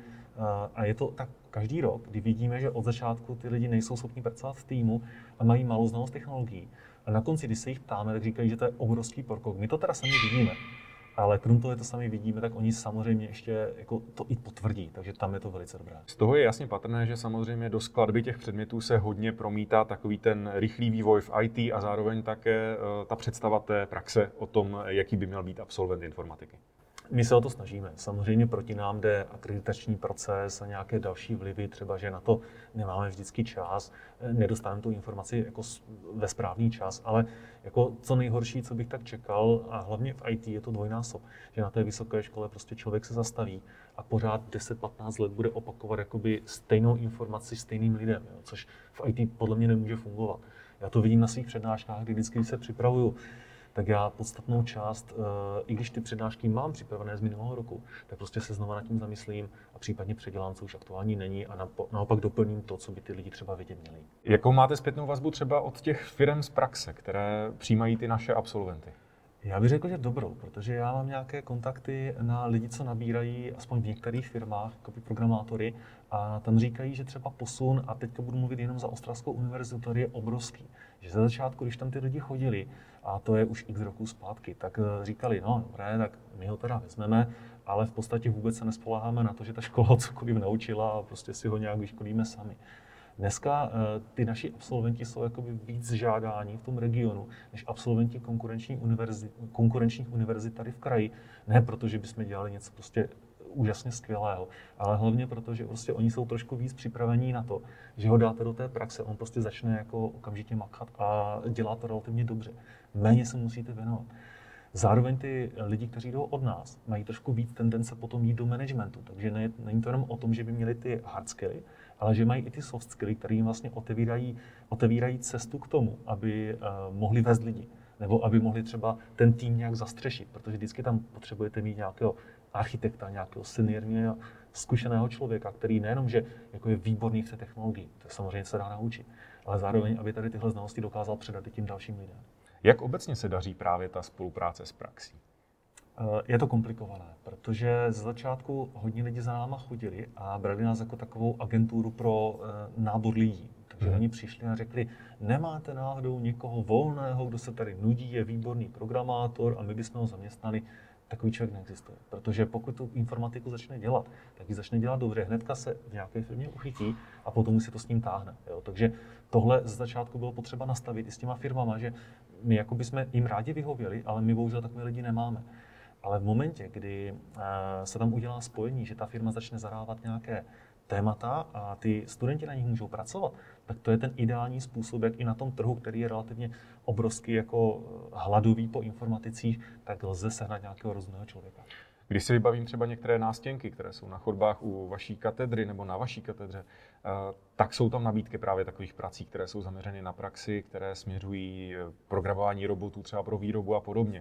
a je to tak každý rok, kdy vidíme, že od začátku ty lidi nejsou schopni pracovat v týmu a mají malou znalost technologií. A na konci, když se jich ptáme, tak říkají, že to je obrovský pokrok. My to teda sami vidíme. Ale krom toho, je to sami vidíme, tak oni samozřejmě ještě jako to i potvrdí, takže tam je to velice dobré. Z toho je jasně patrné, že samozřejmě do skladby těch předmětů se hodně promítá takový ten rychlý vývoj v í té a zároveň také ta představa té praxe o tom, jaký by měl být absolvent informatiky. My se o to snažíme. Samozřejmě proti nám jde akreditační proces a nějaké další vlivy, třeba že na to nemáme vždycky čas, nedostaneme tu informaci jako ve správný čas, ale jako co nejhorší, co bych tak čekal, a hlavně v í té je to dvojnásob, že na té vysoké škole prostě člověk se zastaví a pořád deset patnáct let bude opakovat jakoby stejnou informaci stejným lidem, jo, což v í té podle mě nemůže fungovat. Já to vidím na svých přednáškách, kdy vždycky, když se připravuju, tak já podstatnou část, i když ty přednášky mám připravené z minulého roku, tak prostě se znova nad tím zamyslím a případně předělám, co už aktuální není, a naopak doplním to, co by ty lidi třeba vidět měli. Jakou máte zpětnou vazbu třeba od těch firm z praxe, které přijímají ty naše absolventy? Já bych řekl, že dobrou, protože já mám nějaké kontakty na lidi, co nabírají aspoň v některých firmách, jako programátory, a tam říkají, že třeba posun, a teďka budu mluvit jenom za Ostravskou univerzitu, je obrovský. Že za začátku, když tam ty lidi chodili, a to je už x roků zpátky, tak říkali, no dobré, tak my ho teda vezmeme, ale v podstatě vůbec se nespoléháme na to, že ta škola cokoliv naučila a prostě si ho nějak vyškolíme sami. Dneska ty naši absolventi jsou jakoby víc žádání v tom regionu, než absolventi konkurenční univerzit, konkurenčních univerzit tady v kraji. Ne proto, že bychom dělali něco prostě úžasně skvělého, ale hlavně proto, že prostě oni jsou trošku víc připravení na to, že ho dáte do té praxe, on prostě začne jako okamžitě makat a dělá to relativně dobře. Méně se musíte věnovat. Zároveň ty lidi, kteří jdou od nás, mají trošku víc tendence potom jít do managementu, takže ne, není to jenom o tom, že by měli ty hard skilly, ale že mají i ty soft skilly, které jim vlastně otevírají, otevírají cestu k tomu, aby uh, mohli vést lidi, nebo aby mohli třeba ten tým nějak zastřešit, protože vždycky tam potřebujete mít nějakého architekta, nějakého seniorního, zkušeného člověka, který nejenom, že jako je výborný v té technologii, to samozřejmě se dá naučit, ale zároveň, aby tady tyhle znalosti dokázal předat i tím dalším lidem. Jak obecně se daří právě ta spolupráce s praxí? Je to komplikované, protože z začátku hodně lidí za náma chodili a brali nás jako takovou agenturu pro nábor lidí. Takže hmm. oni přišli a řekli, nemáte náhodou někoho volného, kdo se tady nudí, je výborný programátor a my bychom ho zaměstnali. Takový člověk neexistuje, protože pokud tu informatiku začne dělat, tak ji začne dělat dobře, hnedka se v nějaké firmě uchytí a potom si to s ním táhne. Jo? Takže tohle z začátku bylo potřeba nastavit i s těma firmama, že my jako bychom jim rádi vyhověli, ale my bohužel takové lidi nemáme. Ale v momentě, kdy se tam udělá spojení, že ta firma začne zadávat nějaké témata a ty studenti na nich můžou pracovat, tak to je ten ideální způsob, jak i na tom trhu, který je relativně obrovský jako hladový po informaticích, tak lze sehnat nějakého rozumného člověka. Když si vybavím třeba některé nástěnky, které jsou na chodbách u vaší katedry nebo na vaší katedře, tak jsou tam nabídky právě takových prací, které jsou zaměřeny na praxi, které směřují programování robotů třeba pro výrobu a podobně.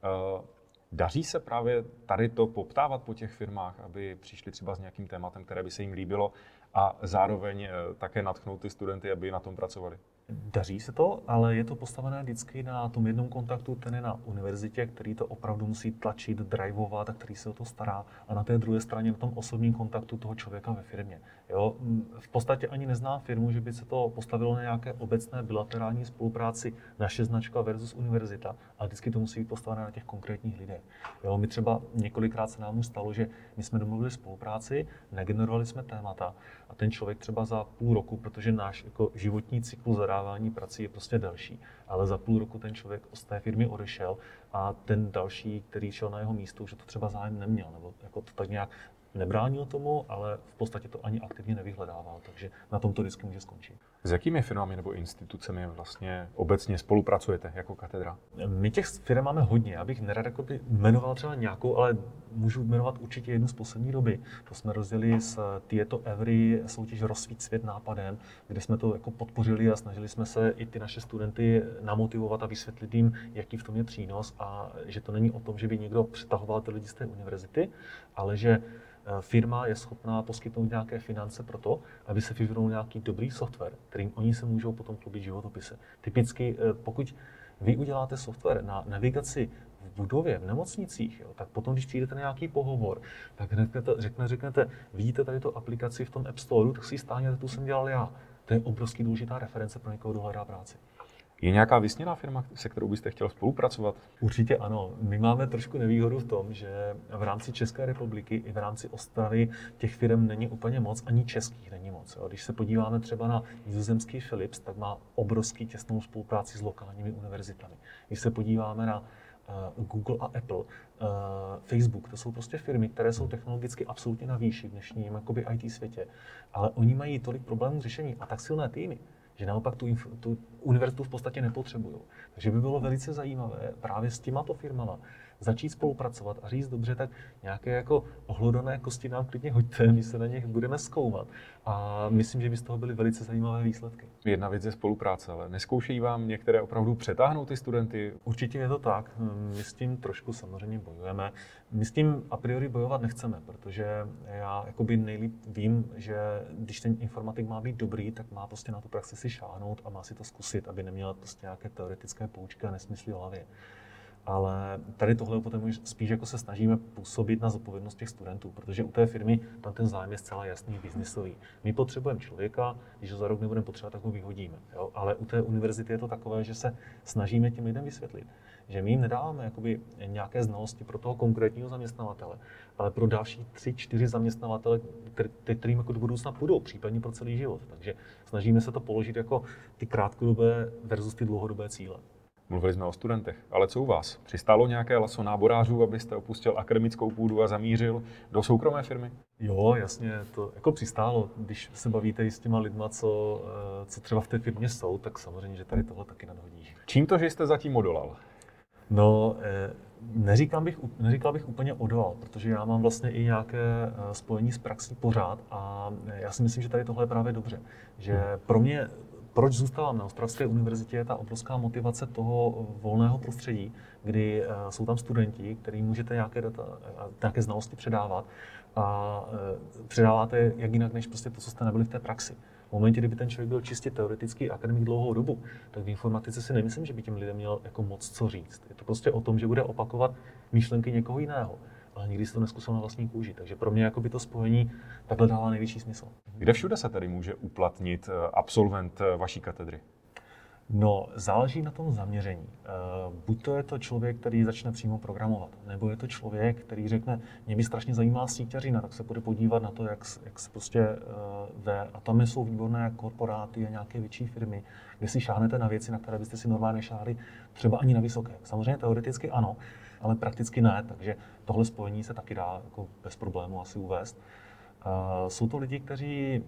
Daří se právě tady to poptávat po těch firmách, aby přišli třeba s nějakým tématem, které by se jim líbilo, a zároveň také nadchnout ty studenty, aby na tom pracovali? Daří se to, ale je to postavené vždycky na tom jednom kontaktu, ten je na univerzitě, který to opravdu musí tlačit, drivovat a který se o to stará. A na té druhé straně na tom osobním kontaktu toho člověka ve firmě. Jo? V podstatě ani neznám firmu, že by se to postavilo na nějaké obecné bilaterální spolupráci, naše značka versus univerzita, ale vždycky to musí být postavené na těch konkrétních lidech. Jo? My třeba několikrát se nám stalo, že my jsme domluvili spolupráci, negenerovali jsme témata a ten člověk třeba za půl roku, protože náš jako životní cyklus zadávání prací je prostě delší, ale za půl roku ten člověk z té firmy odešel a ten další, který šel na jeho místo, že to třeba zájem neměl, nebo jako to tak nějak nebránil tomu, ale v podstatě to ani aktivně nevyhledával, takže na tom to vždycky může skončit. S jakými firmami nebo institucemi vlastně obecně spolupracujete jako katedra? My těch firm máme hodně, já bych nerad jmenoval třeba nějakou, ale můžu jmenovat určitě jednu z poslední doby. To jsme rozdělili s Tieto Every soutěž Rozsvíť svět nápadem, kde jsme to jako podpořili a snažili jsme se i ty naše studenty namotivovat a vysvětlit jim, jaký v tom je přínos a že to není o tom, že by někdo přetahoval ty lidi z té univerzity, ale že firma je schopná poskytnout nějaké finance pro to, aby se vyvinul nějaký dobrý software, kterým oni se můžou potom chlubit v životopise. Typicky, pokud vy uděláte software na navigaci v budově, v nemocnicích, jo, tak potom, když přijdete na nějaký pohovor, tak řeknete, řeknete, řeknete, vidíte tady tu aplikaci v tom App Store, tak si ji stáhněte, tu jsem dělal já. To je obrovský důležitá reference pro někoho, kdo hledá práci. Je nějaká vysněná firma, se kterou byste chtěl spolupracovat? Určitě ano. My máme trošku nevýhodu v tom, že v rámci České republiky i v rámci Ostravy těch firm není úplně moc, ani českých není moc. Jo. Když se podíváme třeba na nizozemský Philips, tak má obrovský těsnou spolupráci s lokálními univerzitami. Když se podíváme na uh, Google a Apple, uh, Facebook, to jsou prostě firmy, které jsou technologicky absolutně na výši v dnešním jakoby í té světě, ale oni mají tolik problémů řešení a tak silné týmy, že naopak tu, inf- tu univerzitu v podstatě nepotřebují. Takže by bylo velice zajímavé právě s těmato firmama začít spolupracovat a říct, dobře, tak nějaké jako ohlodané kosti nám klidně hoďte, my se na nich budeme zkoumat. A myslím, že by z toho byly velice zajímavé výsledky. Jedna věc je spolupráce, ale neskoušejí vám některé opravdu přetáhnout ty studenty? Určitě je to tak. My s tím trošku samozřejmě bojujeme. My s tím a priori bojovat nechceme, protože já jakoby nejlíp vím, že když ten informatik má být dobrý, tak má prostě na tu praxi si šáhnout a má si to zkusit, aby neměl prostě nějaké teoretické poučky a nesmysly v hlavě. Ale tady tohle potom spíš jako se snažíme působit na zodpovědnost těch studentů, protože u té firmy tam ten zájem je zcela jasný, biznisový. My potřebujeme člověka, když ho za rok nebudeme potřebovat, tak ho vyhodíme. Jo? Ale u té univerzity je to takové, že se snažíme těm lidem vysvětlit, že my jim nedáváme jakoby nějaké znalosti pro toho konkrétního zaměstnavatele, ale pro další tři, čtyři zaměstnavatele, kterým jako do budoucna půjdou, případně pro celý život. Takže snažíme se to položit jako ty krátkodobé versus ty dlouhodobé cíle. Mluvili jsme o studentech, ale co u vás? Přistálo nějaké laso náborářů, abyste opustil akademickou půdu a zamířil do soukromé firmy? Jo, jasně, to jako přistálo. Když se bavíte i s těma lidma, co, co třeba v té firmě jsou, tak samozřejmě, že tady tohle taky nadhodí. Čím to, že jste zatím odolal? No, neříkám bych, neříkal bych úplně odolal, protože já mám vlastně i nějaké spojení s praxí pořád a já si myslím, že tady tohle je právě dobře. Že pro mě proč zůstávám na Ostravské univerzitě, je ta obrovská motivace toho volného prostředí, kdy uh, jsou tam studenti, kterým můžete nějaké, data, nějaké znalosti předávat a uh, předáváte jak jinak, než prostě to, co jste nebyli v té praxi. V momentě, kdyby ten člověk byl čistě teoretický akademik dlouhou dobu, tak v informatice si nemyslím, že by těm lidem měl jako moc co říct. Je to prostě o tom, že bude opakovat myšlenky někoho jiného, ale nikdy si to neskusil na vlastní kůži. Takže pro mě jakoby to spojení takhle dává největší smysl. Kde všude se tedy může uplatnit absolvent vaší katedry? No, záleží na tom zaměření. Buď to je to člověk, který začne přímo programovat, nebo je to člověk, který řekne, mě by strašně zajímala síťařina, tak se bude podívat na to, jak, jak se prostě jde. A tam jsou výborné korporáty a nějaké větší firmy, kde si šáhnete na věci, na které byste si normálně šáhli třeba ani na vysoké. Samozřejmě teoreticky ano, ale prakticky ne, takže tohle spojení se taky dá jako bez problému asi uvést. Jsou to lidi, kteří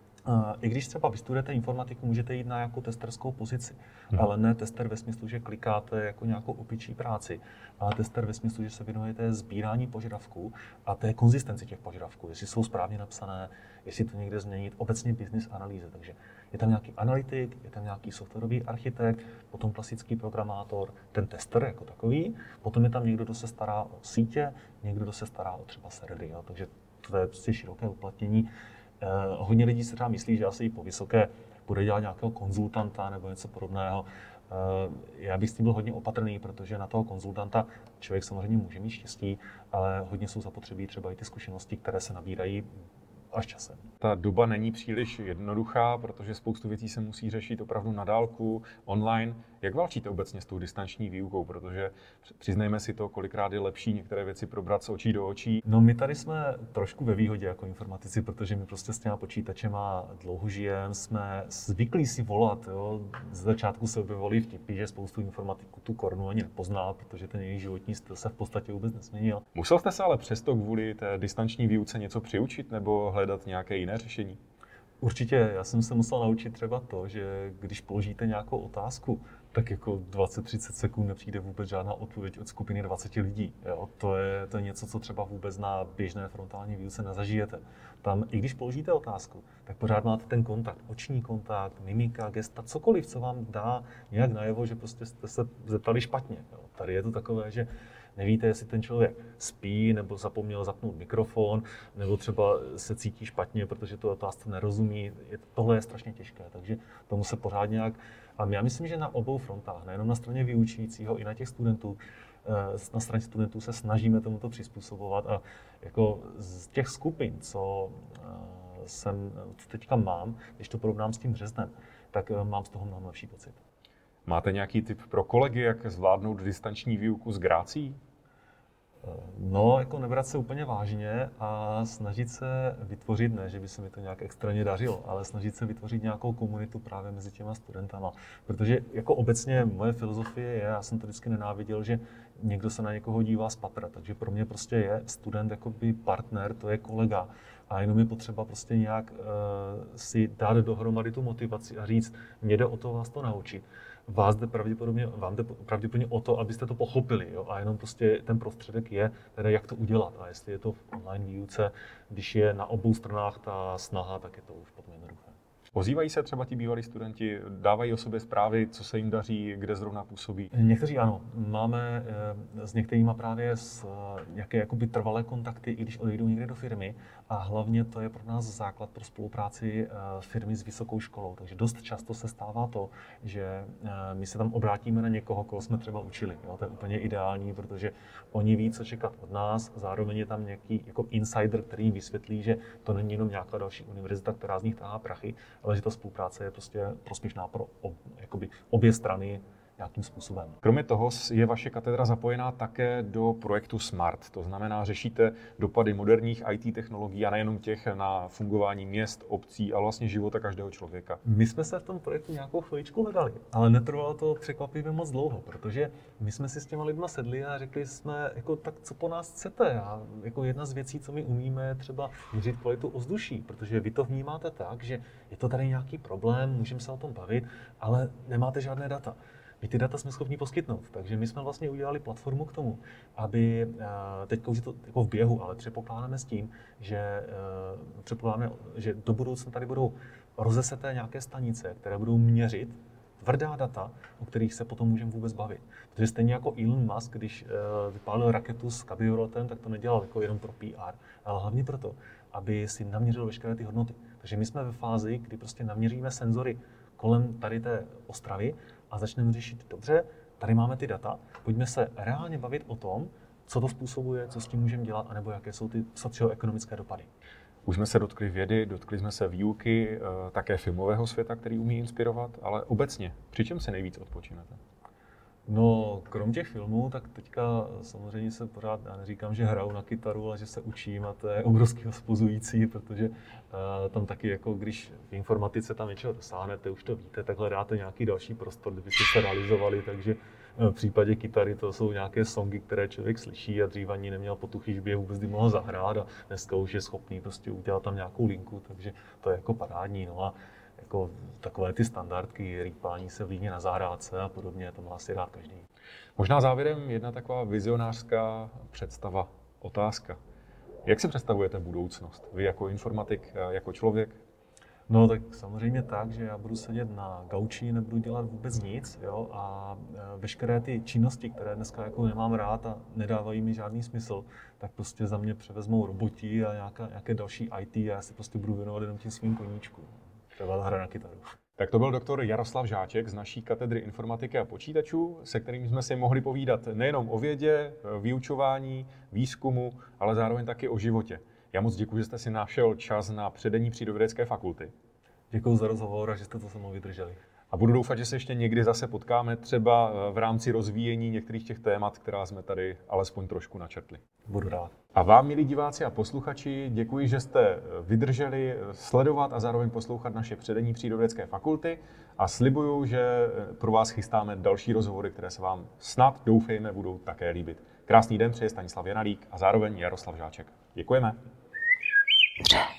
i když třeba vystudujete informatiku, můžete jít na nějakou testerskou pozici, hmm. ale ne tester ve smyslu, že klikáte jako nějakou opičí práci, ale tester ve smyslu, že se věnujete sbírání požadavků a té konzistenci těch požadavků, jestli jsou správně napsané, jestli to někde změnit, obecně business analýze. Takže je tam nějaký analytik, je tam nějaký softwarový architekt, potom klasický programátor, ten tester jako takový, potom je tam někdo, kdo se stará o sítě, někdo, kdo se stará o třeba servery, jo? Takže to je prostě široké uplatnění. Eh, hodně lidí se třeba myslí, že asi i po vysoké bude dělat nějakého konzultanta nebo něco podobného. Eh, já bych s tím byl hodně opatrný, protože na toho konzultanta člověk samozřejmě může mít štěstí, ale hodně jsou zapotřebí třeba i ty zkušenosti, které se nabírají až časem. Ta doba není příliš jednoduchá, protože spoustu věcí se musí řešit opravdu na dálku, online. Jak válčíte obecně s tou distanční výukou? Protože přiznejme si to, kolikrát je lepší některé věci probrat z očí do očí. No my tady jsme trošku ve výhodě jako informatici, protože my prostě s těma počítačema dlouho žijeme, jsme zvyklí si volat. Jo. Z začátku se objevovaly vtipy, že spoustu informatiků tu korunu ani nepoznal, protože ten její životní styl se v podstatě vůbec nezměnil. Musel jste se ale přesto kvůli té distanční výuce něco přiučit nebo hledat nějaké jiné řešení? Určitě, já jsem se musel naučit třeba to, že když položíte nějakou otázku, tak jako dvacet třicet sekund nepřijde vůbec žádná odpověď od skupiny dvacet lidí. Jo? To, je, to je něco, co třeba vůbec na běžné frontální výuce nezažijete. Tam, i když položíte otázku, tak pořád máte ten kontakt, oční kontakt, mimika, gesta, cokoliv, co vám dá nějak najevo, že prostě jste se zeptali špatně. Jo? Tady je to takové, že nevíte, jestli ten člověk spí, nebo zapomněl zapnout mikrofon, nebo třeba se cítí špatně, protože to otázce nerozumí. Tohle je strašně těžké, takže tomu se pořád nějak... A já myslím, že na obou frontách, nejenom na straně vyučujícího, i na těch studentů, na straně studentů se snažíme tomuto přizpůsobovat. A jako z těch skupin, co jsem, co teďka mám, když to porovnám s tím březnem, tak mám z toho mnohem lepší pocit. Máte nějaký tip pro kolegy, jak zvládnout distanční výuku s grácí? No, jako nebrat se úplně vážně a snažit se vytvořit, ne, že by se mi to nějak extrémně dařilo, ale snažit se vytvořit nějakou komunitu právě mezi těma studentama. Protože jako obecně moje filozofie je, já jsem to vždycky nenáviděl, že někdo se na někoho dívá z patra, takže pro mě prostě je student jakoby partner, to je kolega. A jenom je potřeba prostě nějak uh, si dát dohromady tu motivaci a říct, mě jde o to vás to naučit. Vás jde pravděpodobně, vám jde pravděpodobně o to, abyste to pochopili. Jo? A jenom prostě ten prostředek je, teda jak to udělat. A jestli je to v online výuce, když je na obou stranách ta snaha, tak je to už potom jednoduché. Ozývají se třeba ti bývalí studenti, dávají o sobě zprávy, co se jim daří, kde zrovna působí? Někteří ano. Máme s některými právě s nějaké jakoby trvalé kontakty, i když odejdou někde do firmy. A hlavně to je pro nás základ pro spolupráci firmy s vysokou školou. Takže dost často se stává to, že my se tam obrátíme na někoho, koho jsme třeba učili. Jo, to je úplně ideální, protože oni ví, co čekat od nás. Zároveň je tam nějaký jako insider, který jim vysvětlí, že to není jenom nějaká další univerzita, která z nich tahá prachy, ale že ta spolupráce je prostě prospěšná pro ob, jakoby obě strany nějakým způsobem. Kromě toho je vaše katedra zapojená také do projektu SMART, to znamená, řešíte dopady moderních í té technologií a nejenom těch na fungování měst, obcí, ale vlastně života každého člověka. My jsme se v tom projektu nějakou chviličku hledali, ale netrvalo to překvapivě moc dlouho, protože my jsme si s těma lidma sedli a řekli jsme, jako, tak co po nás chcete? A jako jedna z věcí, co my umíme, je třeba měřit kvalitu ovzduší, protože vy to vnímáte tak, že je to tady nějaký problém, můžeme se o tom bavit, ale nemáte žádné data. My ty data jsme schopni poskytnout, takže my jsme vlastně udělali platformu k tomu, aby, teď už je to jako v běhu, ale předpokládáme s tím, že, předpokládáme, že do budoucna tady budou rozeseté nějaké stanice, které budou měřit tvrdá data, o kterých se potom můžeme vůbec bavit. Protože stejně jako Elon Musk, když vypálil raketu s kabriolatem, tak to nedělal jako jenom pro P R, ale hlavně proto, aby si naměřil veškeré ty hodnoty. Takže my jsme ve fázi, kdy prostě naměříme senzory kolem tady té Ostravy a začneme řešit, dobře, tady máme ty data, pojďme se reálně bavit o tom, co to způsobuje, co s tím můžeme dělat, anebo jaké jsou ty socioekonomické dopady. Už jsme se dotkli vědy, dotkli jsme se výuky, také filmového světa, který umí inspirovat, ale obecně, při čem se nejvíc odpočinete? No, krom těch filmů, tak teďka samozřejmě se pořád, já neříkám, že hraju na kytaru, ale že se učím a to je obrovský ospozující, protože uh, tam taky, jako když v informatice tam něčeho dosáhnete, už to víte, tak hledáte nějaký další prostor, kde byste se realizovali, takže v případě kytary to jsou nějaké songy, které člověk slyší a dřív ani neměl potuchy, že by je vůbec kdy mohl zahrát a dneska už je schopný prostě udělat tam nějakou linku, takže to je jako parádní. No a jako takové ty standardky, rýpání se v líně na zahrádce a podobně, to má asi rád každý. Možná závěrem jedna taková vizionářská představa, otázka. Jak si představujete budoucnost? Vy jako informatik, jako člověk? No tak samozřejmě tak, že já budu sedět na gauči, nebudu dělat vůbec nic, jo, a veškeré ty činnosti, které dneska jako nemám rád a nedávají mi žádný smysl, tak prostě za mě převezmou roboti a nějaká, nějaké další í té a já se prostě budu věnovat jenom tím svým koníčkům. Třeba hra na kytaru. Tak to byl doktor Jaroslav Žáček z naší katedry informatiky a počítačů, se kterým jsme si mohli povídat nejenom o vědě, vyučování, výzkumu, ale zároveň taky o životě. Já moc děkuji, že jste si našel čas na předení Přírodovědecké fakulty. Děkuji za rozhovor a že jste to se mnou vydrželi. A budu doufat, že se ještě někdy zase potkáme třeba v rámci rozvíjení některých těch témat, která jsme tady alespoň trošku načrtli. Budu rád. A vám, milí diváci a posluchači, děkuji, že jste vydrželi sledovat a zároveň poslouchat naše předení Přírodovědecké fakulty a slibuju, že pro vás chystáme další rozhovory, které se vám snad, doufejme, budou také líbit. Krásný den přeje Stanislav Janalík a zároveň Jaroslav Žáček. Děkujeme. Dobře.